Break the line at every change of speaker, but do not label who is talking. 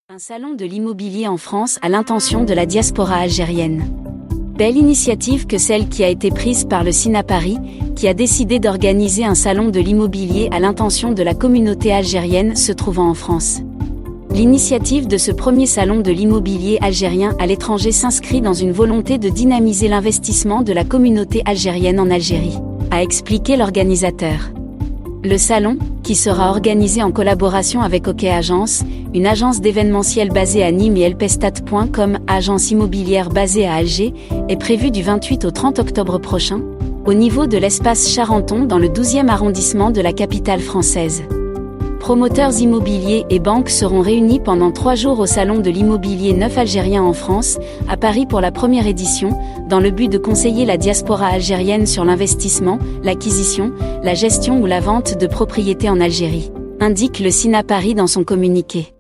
Un salon de l'immobilier en France à l'intention de la diaspora algérienne. Belle initiative que celle qui a été prise par le SINA Paris, qui a décidé d'organiser un salon de l'immobilier à l'intention de la communauté algérienne se trouvant en France. L'initiative de ce premier salon de l'immobilier algérien à l'étranger s'inscrit dans une volonté de dynamiser l'investissement de la communauté algérienne en Algérie, a expliqué l'organisateur. Le salon, qui sera organisé en collaboration avec OK Agence, une agence d'événementiel basée à Nîmes et elpestat.com, agence immobilière basée à Alger, est prévu du 28 au 30 octobre prochain, au niveau de l'espace Charenton dans le 12e arrondissement de la capitale française. Promoteurs immobiliers et banques seront réunis pendant 3 jours au Salon de l'immobilier neuf algérien en France, à Paris pour la première édition, dans le but de conseiller la diaspora algérienne sur l'investissement, l'acquisition, la gestion ou la vente de propriétés en Algérie, indique le SINA Paris dans son communiqué.